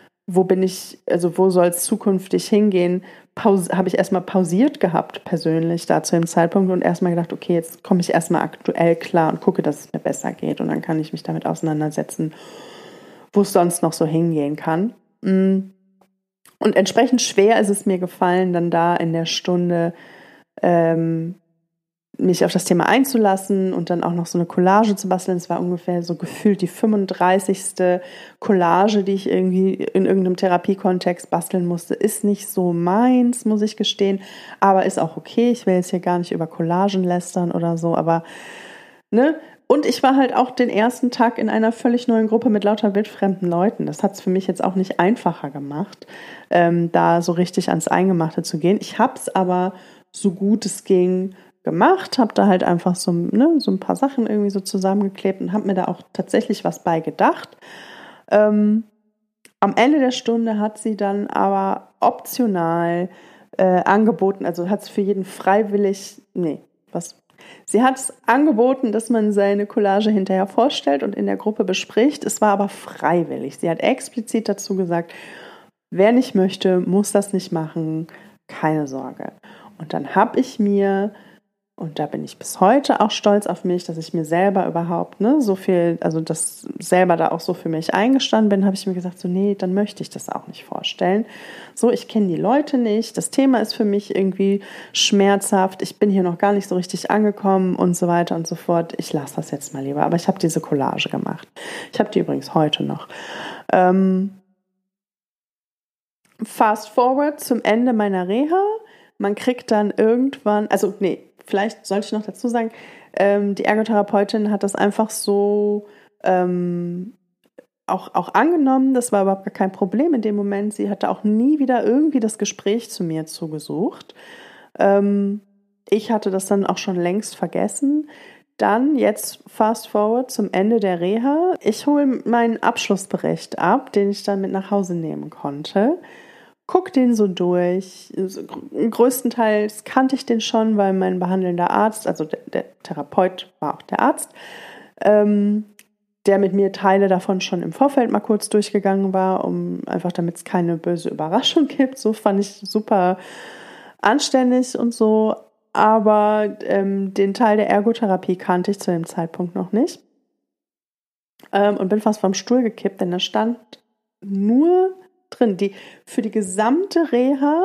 wo soll es zukünftig hingehen, habe ich erstmal pausiert gehabt, persönlich da zu dem Zeitpunkt und erstmal gedacht, okay, jetzt komme ich erstmal aktuell klar und gucke, dass es mir besser geht und dann kann ich mich damit auseinandersetzen, wo es sonst noch so hingehen kann. Und entsprechend schwer ist es mir gefallen, dann da in der Stunde mich auf das Thema einzulassen und dann auch noch so eine Collage zu basteln. Es war ungefähr so gefühlt die 35. Collage, die ich irgendwie in irgendeinem Therapiekontext basteln musste. Ist nicht so meins, muss ich gestehen, aber ist auch okay. Ich will jetzt hier gar nicht über Collagen lästern oder so, aber ne? Und ich war halt auch den ersten Tag in einer völlig neuen Gruppe mit lauter wildfremden Leuten. Das hat es für mich jetzt auch nicht einfacher gemacht, da so richtig ans Eingemachte zu gehen. Ich habe es aber so gut es ging gemacht, habe da halt einfach so ein paar Sachen irgendwie so zusammengeklebt und habe mir da auch tatsächlich was bei gedacht. Am Ende der Stunde hat sie dann aber optional angeboten, also hat es für jeden Sie hat es angeboten, dass man seine Collage hinterher vorstellt und in der Gruppe bespricht. Es war aber freiwillig. Sie hat explizit dazu gesagt, wer nicht möchte, muss das nicht machen. Keine Sorge. Und dann habe ich mir, und da bin ich bis heute auch stolz auf mich, dass ich mir selber überhaupt so viel, also das selber da auch so für mich eingestanden bin, habe ich mir gesagt, so nee, dann möchte ich das auch nicht vorstellen. So, ich kenne die Leute nicht, das Thema ist für mich irgendwie schmerzhaft, ich bin hier noch gar nicht so richtig angekommen und so weiter und so fort. Ich lasse das jetzt mal lieber, aber ich habe diese Collage gemacht. Ich habe die übrigens heute noch. Fast forward zum Ende meiner Reha. Man kriegt dann irgendwann, vielleicht sollte ich noch dazu sagen, die Ergotherapeutin hat das einfach so auch angenommen. Das war überhaupt gar kein Problem in dem Moment. Sie hatte auch nie wieder irgendwie das Gespräch zu mir zugesucht. Ich hatte das dann auch schon längst vergessen. Dann jetzt fast forward zum Ende der Reha. Ich hole meinen Abschlussbericht ab, den ich dann mit nach Hause nehmen konnte. Guck den so durch. Größtenteils kannte ich den schon, weil mein behandelnder Arzt, also der Therapeut war auch der Arzt, der mit mir Teile davon schon im Vorfeld mal kurz durchgegangen war, damit es keine böse Überraschung gibt. So fand ich super anständig und so. Aber den Teil der Ergotherapie kannte ich zu dem Zeitpunkt noch nicht. Und bin fast vom Stuhl gekippt, denn da stand nur drin, für die gesamte Reha,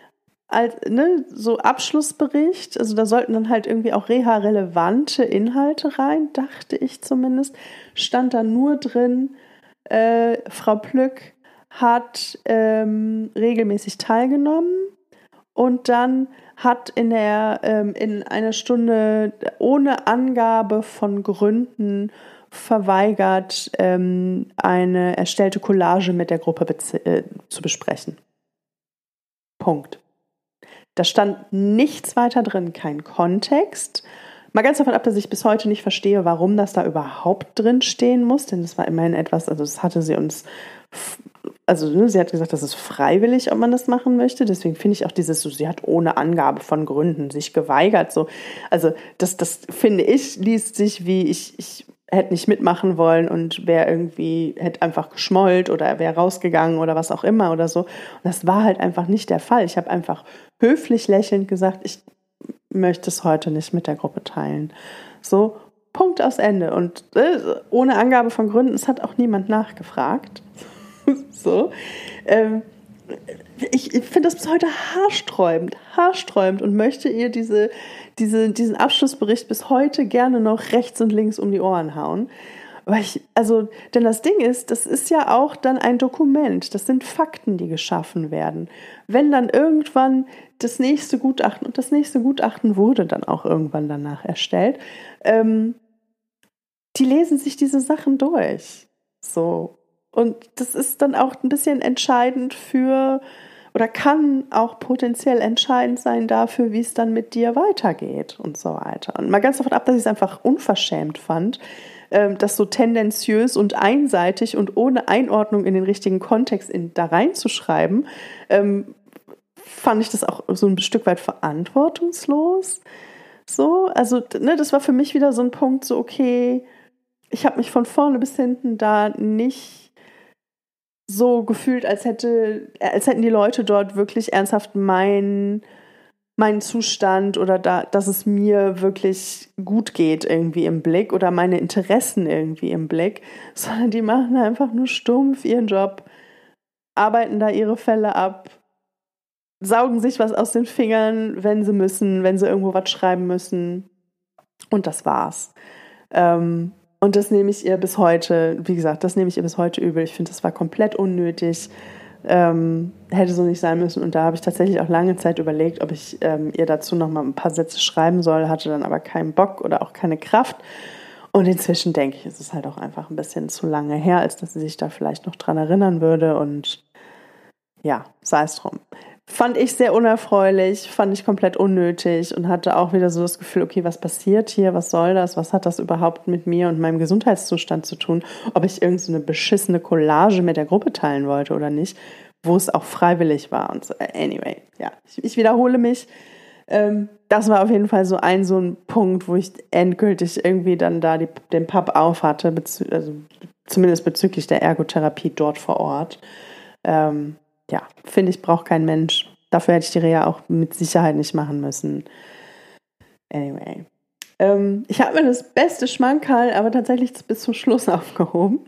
so Abschlussbericht, also da sollten dann halt irgendwie auch Reha-relevante Inhalte rein, dachte ich zumindest, stand da nur drin, Frau Plück hat regelmäßig teilgenommen und dann hat in einer Stunde ohne Angabe von Gründen verweigert, eine erstellte Collage mit der Gruppe zu besprechen. Punkt. Da stand nichts weiter drin, kein Kontext. Mal ganz davon ab, dass ich bis heute nicht verstehe, warum das da überhaupt drin stehen muss, denn das war immerhin etwas, also das hatte sie uns, sie hat gesagt, das ist freiwillig, ob man das machen möchte, deswegen finde ich auch sie hat ohne Angabe von Gründen sich geweigert, so, also das finde ich, liest sich wie, ich hätte nicht mitmachen wollen und hätte einfach geschmollt oder wäre rausgegangen oder was auch immer oder so. Und das war halt einfach nicht der Fall. Ich habe einfach höflich lächelnd gesagt, ich möchte es heute nicht mit der Gruppe teilen. So, Punkt aus Ende. Und ohne Angabe von Gründen, es hat auch niemand nachgefragt. So. Ich finde das bis heute haarsträubend und möchte ihr diesen Abschlussbericht bis heute gerne noch rechts und links um die Ohren hauen. Denn das Ding ist, das ist ja auch dann ein Dokument, das sind Fakten, die geschaffen werden. Wenn dann irgendwann das nächste Gutachten, und das nächste Gutachten wurde dann auch irgendwann danach erstellt, die lesen sich diese Sachen durch. So. Und das ist dann auch ein bisschen entscheidend oder kann auch potenziell entscheidend sein dafür, wie es dann mit dir weitergeht und so weiter. Und mal ganz davon ab, dass ich es einfach unverschämt fand, das so tendenziös und einseitig und ohne Einordnung in den richtigen Kontext da reinzuschreiben, fand ich das auch so ein Stück weit verantwortungslos. So, also, das war für mich wieder so ein Punkt, so okay, ich habe mich von vorne bis hinten da nicht so gefühlt, als hätten die Leute dort wirklich ernsthaft meinen Zustand oder dass es mir wirklich gut geht irgendwie im Blick oder meine Interessen irgendwie im Blick, sondern die machen einfach nur stumpf ihren Job, arbeiten da ihre Fälle ab, saugen sich was aus den Fingern, wenn sie müssen, wenn sie irgendwo was schreiben müssen, und das war's. Und das nehme ich ihr bis heute, wie gesagt, übel. Ich finde, das war komplett unnötig. Hätte so nicht sein müssen. Und da habe ich tatsächlich auch lange Zeit überlegt, ob ich ihr dazu noch mal ein paar Sätze schreiben soll, hatte dann aber keinen Bock oder auch keine Kraft. Und inzwischen denke ich, es ist halt auch einfach ein bisschen zu lange her, als dass sie sich da vielleicht noch dran erinnern würde. Und ja, sei es drum. Fand ich sehr unerfreulich, fand ich komplett unnötig und hatte auch wieder so das Gefühl, okay, was passiert hier, was soll das, was hat das überhaupt mit mir und meinem Gesundheitszustand zu tun, ob ich irgend so eine beschissene Collage mit der Gruppe teilen wollte oder nicht, wo es auch freiwillig war und so. Anyway, ja, ich wiederhole mich. Das war auf jeden Fall so ein Punkt, wo ich endgültig irgendwie dann da den Papp auf hatte, also zumindest bezüglich der Ergotherapie dort vor Ort. Ja, finde ich, braucht kein Mensch. Dafür hätte ich die Reha auch mit Sicherheit nicht machen müssen. Anyway. Ich habe mir das beste Schmankerl aber tatsächlich bis zum Schluss aufgehoben.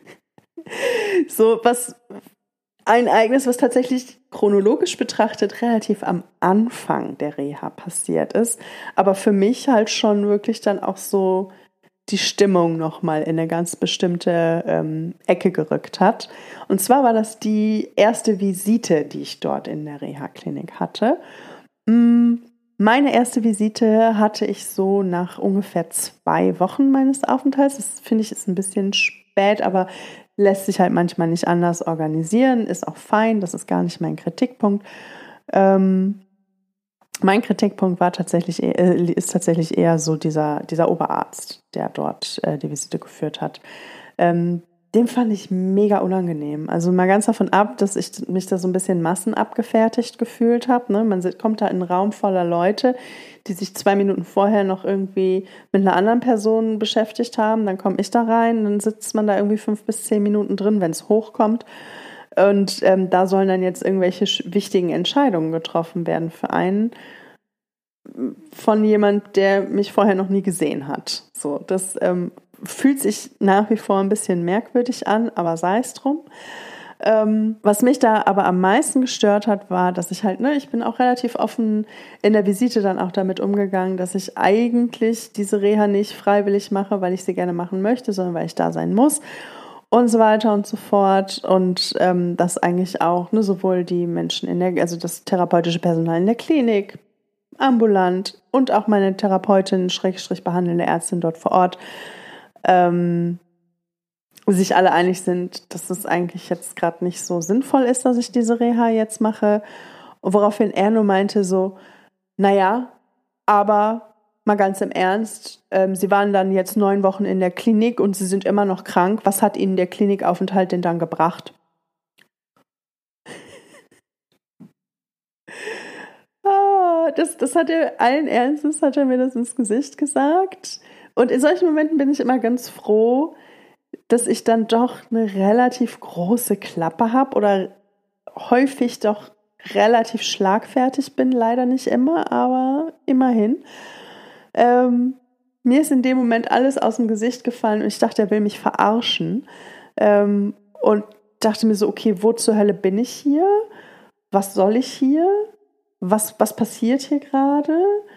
So, ein Ereignis, was tatsächlich chronologisch betrachtet relativ am Anfang der Reha passiert ist, aber für mich halt schon wirklich dann auch so die Stimmung nochmal in eine ganz bestimmte Ecke gerückt hat. Und zwar war das die erste Visite, die ich dort in der Reha-Klinik hatte. Meine erste Visite hatte ich so nach ungefähr 2 Wochen meines Aufenthalts. Das finde ich ist ein bisschen spät, aber lässt sich halt manchmal nicht anders organisieren. Ist auch fein, das ist gar nicht mein Kritikpunkt. Mein Kritikpunkt ist tatsächlich eher so dieser Oberarzt, der dort die Visite geführt hat. Den fand ich mega unangenehm. Also mal ganz davon ab, dass ich mich da so ein bisschen massenabgefertigt gefühlt habe. Ne? Man kommt da in einen Raum voller Leute, die sich 2 Minuten vorher noch irgendwie mit einer anderen Person beschäftigt haben. Dann komme ich da rein, dann sitzt man da irgendwie 5 bis 10 Minuten drin, wenn es hochkommt. Und da sollen dann jetzt irgendwelche wichtigen Entscheidungen getroffen werden für einen von jemand, der mich vorher noch nie gesehen hat. So, das fühlt sich nach wie vor ein bisschen merkwürdig an, aber sei es drum. Was mich da aber am meisten gestört hat, war, dass ich halt, ich bin auch relativ offen in der Visite dann auch damit umgegangen, dass ich eigentlich diese Reha nicht freiwillig mache, weil ich sie gerne machen möchte, sondern weil ich da sein muss und so weiter und so fort. Und dass eigentlich auch sowohl die Menschen also das therapeutische Personal in der Klinik, ambulant und auch meine Therapeutin, behandelnde Ärztin dort vor Ort, sich alle einig sind, dass es eigentlich jetzt gerade nicht so sinnvoll ist, dass ich diese Reha jetzt mache. Und woraufhin er nur meinte so, naja, aber mal ganz im Ernst, Sie waren dann jetzt 9 Wochen in der Klinik und Sie sind immer noch krank. Was hat Ihnen der Klinikaufenthalt denn dann gebracht? Das hat er allen Ernstes, hat er mir das ins Gesicht gesagt. Und in solchen Momenten bin ich immer ganz froh, dass ich dann doch eine relativ große Klappe habe oder häufig doch relativ schlagfertig bin. Leider nicht immer, aber immerhin. Mir ist in dem Moment alles aus dem Gesicht gefallen und ich dachte, er will mich verarschen. Und dachte mir so, okay, wo zur Hölle bin ich hier? Was soll ich hier? Was passiert hier gerade?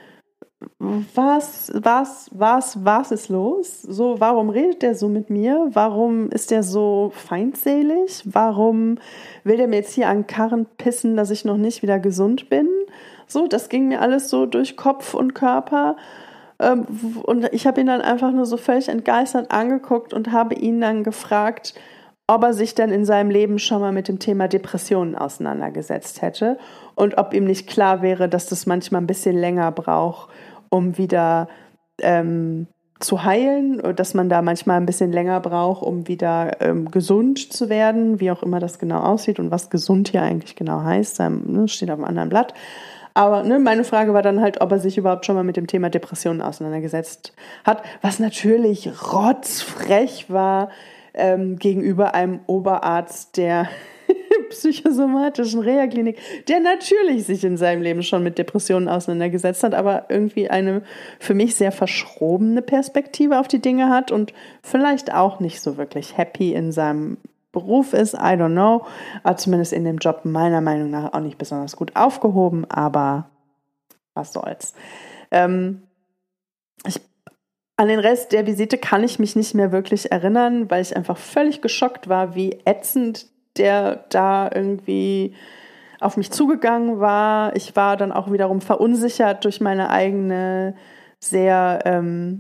Was ist los? So, warum redet der so mit mir? Warum ist der so feindselig? Warum will der mir jetzt hier an den Karren pissen, dass ich noch nicht wieder gesund bin? So, das ging mir alles so durch Kopf und Körper. Und ich habe ihn dann einfach nur so völlig entgeistert angeguckt und habe ihn dann gefragt, ob er sich dann in seinem Leben schon mal mit dem Thema Depressionen auseinandergesetzt hätte und ob ihm nicht klar wäre, dass das manchmal ein bisschen länger braucht, um wieder zu heilen, oder dass man da manchmal ein bisschen länger braucht, um wieder gesund zu werden, wie auch immer das genau aussieht und was gesund hier eigentlich genau heißt, steht auf einem anderen Blatt. Aber meine Frage war dann halt, ob er sich überhaupt schon mal mit dem Thema Depressionen auseinandergesetzt hat, was natürlich rotzfrech war gegenüber einem Oberarzt der psychosomatischen Reha-Klinik, der natürlich sich in seinem Leben schon mit Depressionen auseinandergesetzt hat, aber irgendwie eine für mich sehr verschrobene Perspektive auf die Dinge hat und vielleicht auch nicht so wirklich happy in seinem Beruf ist, I don't know, aber zumindest in dem Job meiner Meinung nach auch nicht besonders gut aufgehoben, aber was soll's. An den Rest der Visite kann ich mich nicht mehr wirklich erinnern, weil ich einfach völlig geschockt war, wie ätzend der da irgendwie auf mich zugegangen war. Ich war dann auch wiederum verunsichert durch meine eigene sehr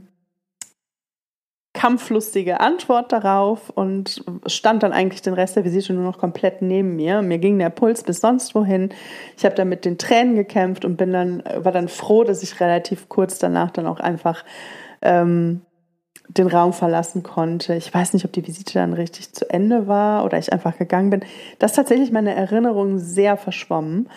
kampflustige Antwort darauf und stand dann eigentlich den Rest der Visite nur noch komplett neben mir. Mir ging der Puls bis sonst wohin. Ich habe dann mit den Tränen gekämpft und war dann froh, dass ich relativ kurz danach dann auch einfach den Raum verlassen konnte. Ich weiß nicht, ob die Visite dann richtig zu Ende war oder ich einfach gegangen bin. Das ist tatsächlich meine Erinnerung sehr verschwommen.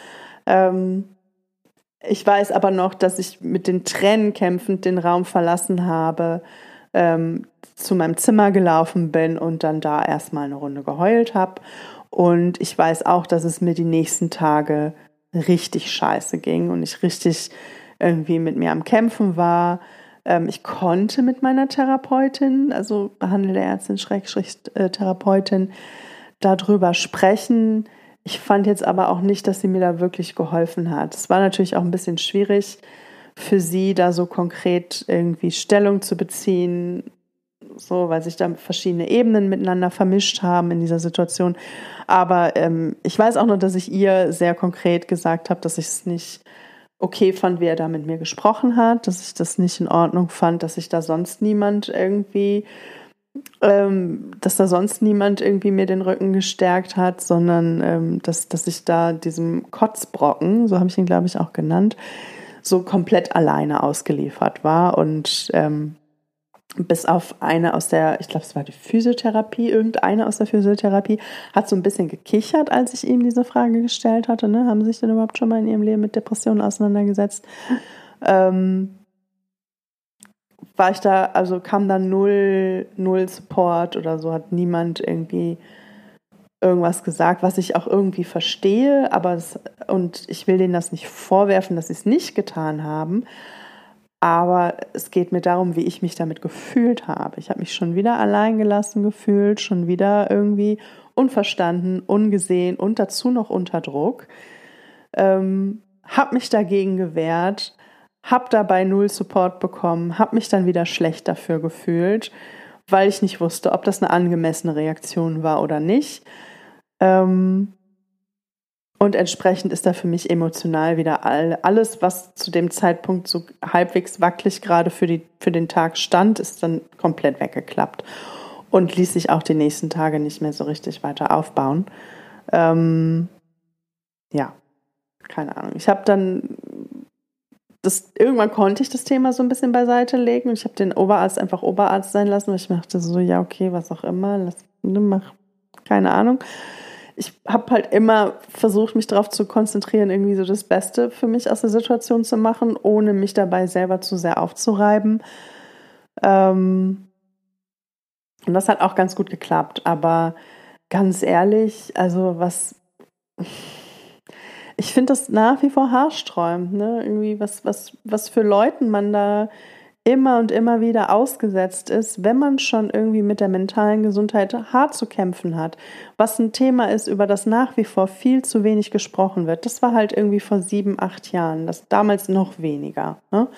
Ich weiß aber noch, dass ich mit den Tränen kämpfend den Raum verlassen habe, zu meinem Zimmer gelaufen bin und dann da erstmal eine Runde geheult habe. Und ich weiß auch, dass es mir die nächsten Tage richtig scheiße ging und ich richtig irgendwie mit mir am Kämpfen war. Ich konnte mit meiner Therapeutin, also behandelnde Ärztin, Therapeutin, darüber sprechen. Ich fand jetzt aber auch nicht, dass sie mir da wirklich geholfen hat. Es war natürlich auch ein bisschen schwierig für sie, da so konkret irgendwie Stellung zu beziehen, so, weil sich da verschiedene Ebenen miteinander vermischt haben in dieser Situation. Aber ich weiß auch noch, dass ich ihr sehr konkret gesagt habe, dass ich es nicht okay fand, wie er da mit mir gesprochen hat, dass ich das nicht in Ordnung fand, dass sich da sonst niemand irgendwie dass da sonst niemand irgendwie mir den Rücken gestärkt hat, sondern dass ich da diesem Kotzbrocken, so habe ich ihn, glaube ich, auch genannt, so komplett alleine ausgeliefert war und bis auf eine aus der, ich glaube, es war die Physiotherapie, irgendeine aus der Physiotherapie, hat so ein bisschen gekichert, als ich ihm diese Frage gestellt hatte. Ne? Haben Sie sich denn überhaupt schon mal in Ihrem Leben mit Depressionen auseinandergesetzt? War ich da, also kam da null Support oder so, hat niemand irgendwie irgendwas gesagt, was ich auch irgendwie verstehe, und ich will denen das nicht vorwerfen, dass sie es nicht getan haben, aber es geht mir darum, wie ich mich damit gefühlt habe. Ich habe mich schon wieder alleingelassen gefühlt, schon wieder irgendwie unverstanden, ungesehen und dazu noch unter Druck. Habe mich dagegen gewehrt, habe dabei null Support bekommen, habe mich dann wieder schlecht dafür gefühlt, weil ich nicht wusste, ob das eine angemessene Reaktion war oder nicht. Und entsprechend ist da für mich emotional wieder alles, was zu dem Zeitpunkt so halbwegs wackelig gerade für den Tag stand, ist dann komplett weggeklappt und ließ sich auch die nächsten Tage nicht mehr so richtig weiter aufbauen. Ja, keine Ahnung. Ich habe dann irgendwann konnte ich das Thema so ein bisschen beiseite legen und ich habe den Oberarzt einfach Oberarzt sein lassen, weil ich dachte so, ja, okay, was auch immer, mach, keine Ahnung. Ich habe halt immer versucht, mich darauf zu konzentrieren, irgendwie so das Beste für mich aus der Situation zu machen, ohne mich dabei selber zu sehr aufzureiben. Und das hat auch ganz gut geklappt. Aber ganz ehrlich, also ich finde das nach wie vor haarsträubend, ne? Irgendwie was für Leuten man da immer und immer wieder ausgesetzt ist, wenn man schon irgendwie mit der mentalen Gesundheit hart zu kämpfen hat. Was ein Thema ist, über das nach wie vor viel zu wenig gesprochen wird. Das war halt irgendwie vor 7, 8 Jahren, das damals noch weniger. Ne?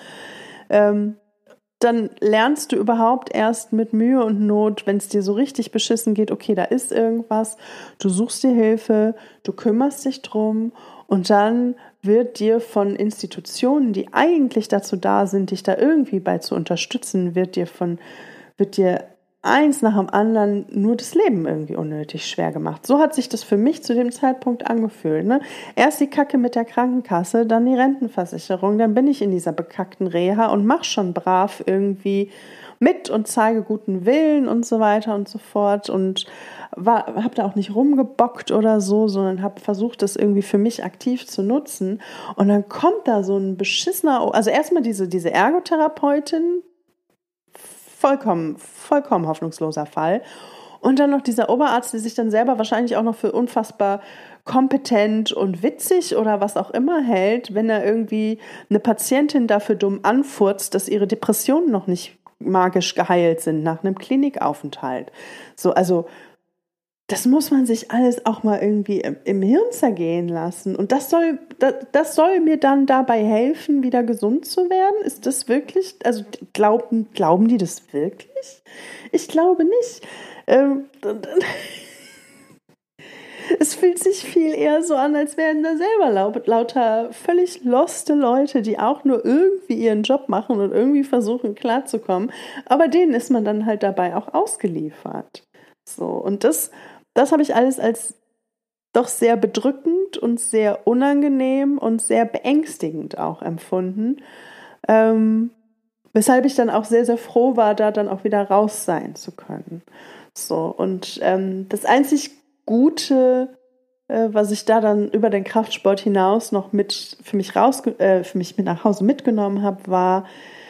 Dann lernst du überhaupt erst mit Mühe und Not, wenn es dir so richtig beschissen geht, okay, da ist irgendwas, du suchst dir Hilfe, du kümmerst dich drum und dann wird dir von Institutionen, die eigentlich dazu da sind, dich da irgendwie bei zu unterstützen, wird dir eins nach dem anderen nur das Leben irgendwie unnötig schwer gemacht. So hat sich das für mich zu dem Zeitpunkt angefühlt. Ne? Erst die Kacke mit der Krankenkasse, dann die Rentenversicherung, dann bin ich in dieser bekackten Reha und mach schon brav irgendwie mit und zeige guten Willen und so weiter und so fort und habe da auch nicht rumgebockt oder so, sondern habe versucht, das irgendwie für mich aktiv zu nutzen. Und dann kommt da so ein beschissener, also erstmal diese Ergotherapeutin, vollkommen hoffnungsloser Fall. Und dann noch dieser Oberarzt, der sich dann selber wahrscheinlich auch noch für unfassbar kompetent und witzig oder was auch immer hält, wenn er irgendwie eine Patientin dafür dumm anfurzt, dass ihre Depressionen noch nicht magisch geheilt sind nach einem Klinikaufenthalt. So, also das muss man sich alles auch mal irgendwie im Hirn zergehen lassen. Und das soll mir dann dabei helfen, wieder gesund zu werden? Ist das wirklich, also glauben die das wirklich? Ich glaube nicht. Es fühlt sich viel eher so an, als wären da selber lauter völlig loste Leute, die auch nur irgendwie ihren Job machen und irgendwie versuchen klarzukommen. Aber denen ist man dann halt dabei auch ausgeliefert. So, und das habe ich alles als doch sehr bedrückend und sehr unangenehm und sehr beängstigend auch empfunden. Weshalb ich dann auch sehr, sehr froh war, da dann auch wieder raus sein zu können. So, und das einzig Gute, was ich da dann über den Kraftsport hinaus noch für mich mit nach Hause mitgenommen habe, war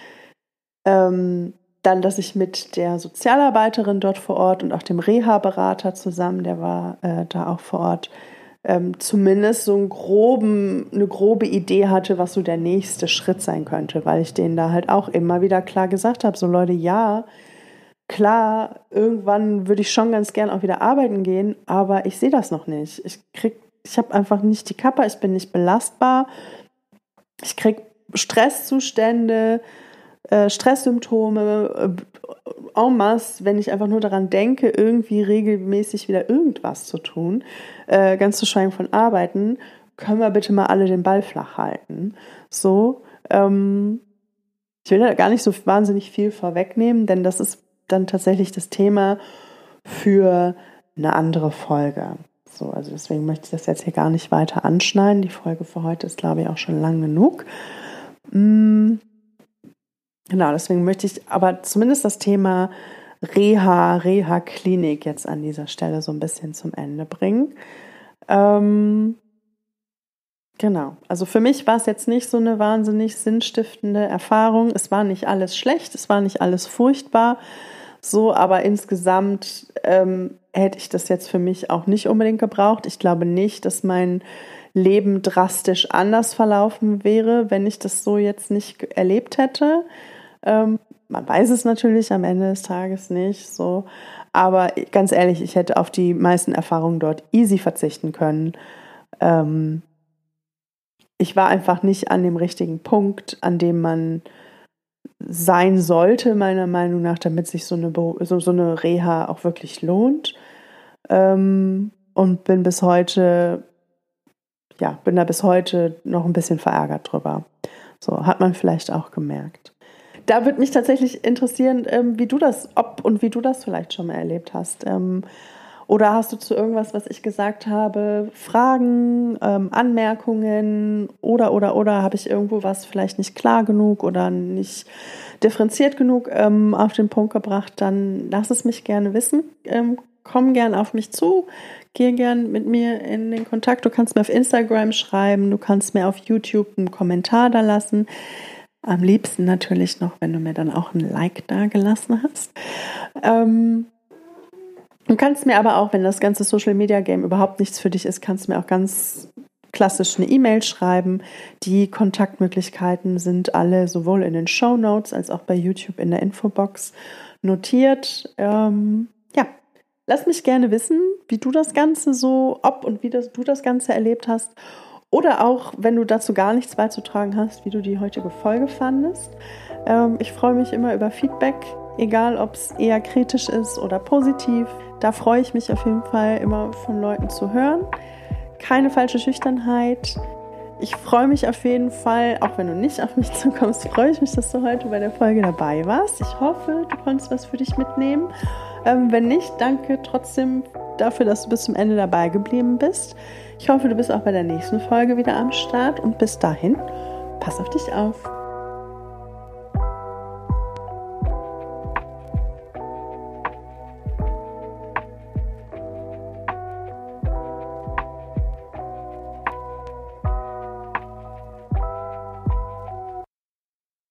dann, dass ich mit der Sozialarbeiterin dort vor Ort und auch dem Reha-Berater zusammen, der war da auch vor Ort, zumindest so eine grobe Idee hatte, was so der nächste Schritt sein könnte, weil ich denen da halt auch immer wieder klar gesagt habe, so Leute, ja, klar, irgendwann würde ich schon ganz gern auch wieder arbeiten gehen, aber ich sehe das noch nicht. Ich habe einfach nicht die Kappe, ich bin nicht belastbar, ich kriege Stresszustände, Stresssymptome en masse, wenn ich einfach nur daran denke, irgendwie regelmäßig wieder irgendwas zu tun, ganz zu schweigen von Arbeiten, können wir bitte mal alle den Ball flach halten. So, ich will da gar nicht so wahnsinnig viel vorwegnehmen, denn das dann tatsächlich das Thema für eine andere Folge. So, also deswegen möchte ich das jetzt hier gar nicht weiter anschneiden. Die Folge für heute ist, glaube ich, auch schon lang genug. Genau, deswegen möchte ich aber zumindest das Thema Reha-Klinik jetzt an dieser Stelle so ein bisschen zum Ende bringen. Genau, also für mich war es jetzt nicht so eine wahnsinnig sinnstiftende Erfahrung. Es war nicht alles schlecht, es war nicht alles furchtbar, so, aber insgesamt hätte ich das jetzt für mich auch nicht unbedingt gebraucht. Ich glaube nicht, dass mein Leben drastisch anders verlaufen wäre, wenn ich das so jetzt nicht erlebt hätte. Man weiß es natürlich am Ende des Tages nicht, so, aber ganz ehrlich, ich hätte auf die meisten Erfahrungen dort easy verzichten können. Ich war einfach nicht an dem richtigen Punkt, an dem man sein sollte, meiner Meinung nach, damit sich so eine Reha auch wirklich lohnt. Und bin da bis heute noch ein bisschen verärgert drüber. So, hat man vielleicht auch gemerkt. Da würde mich tatsächlich interessieren, wie du das vielleicht schon mal erlebt hast. Oder hast du zu irgendwas, was ich gesagt habe, Fragen, Anmerkungen oder habe ich irgendwo was vielleicht nicht klar genug oder nicht differenziert genug auf den Punkt gebracht, dann lass es mich gerne wissen. Komm gern auf mich zu, geh gern mit mir in den Kontakt. Du kannst mir auf Instagram schreiben, du kannst mir auf YouTube einen Kommentar da lassen. Am liebsten natürlich noch, wenn du mir dann auch ein Like da gelassen hast. Du kannst mir aber auch, wenn das ganze Social-Media-Game überhaupt nichts für dich ist, kannst du mir auch ganz klassisch eine E-Mail schreiben. Die Kontaktmöglichkeiten sind alle sowohl in den Shownotes als auch bei YouTube in der Infobox notiert. Lass mich gerne wissen, wie du das Ganze du das Ganze erlebt hast. Oder auch, wenn du dazu gar nichts beizutragen hast, wie du die heutige Folge fandest. Ich freue mich immer über Feedback, egal ob es eher kritisch ist oder positiv. Da freue ich mich auf jeden Fall immer von Leuten zu hören. Keine falsche Schüchternheit. Ich freue mich auf jeden Fall, auch wenn du nicht auf mich zukommst, freue ich mich, dass du heute bei der Folge dabei warst. Ich hoffe, du konntest was für dich mitnehmen. Wenn nicht, danke trotzdem dafür, dass du bis zum Ende dabei geblieben bist. Ich hoffe, du bist auch bei der nächsten Folge wieder am Start und bis dahin, pass auf dich auf.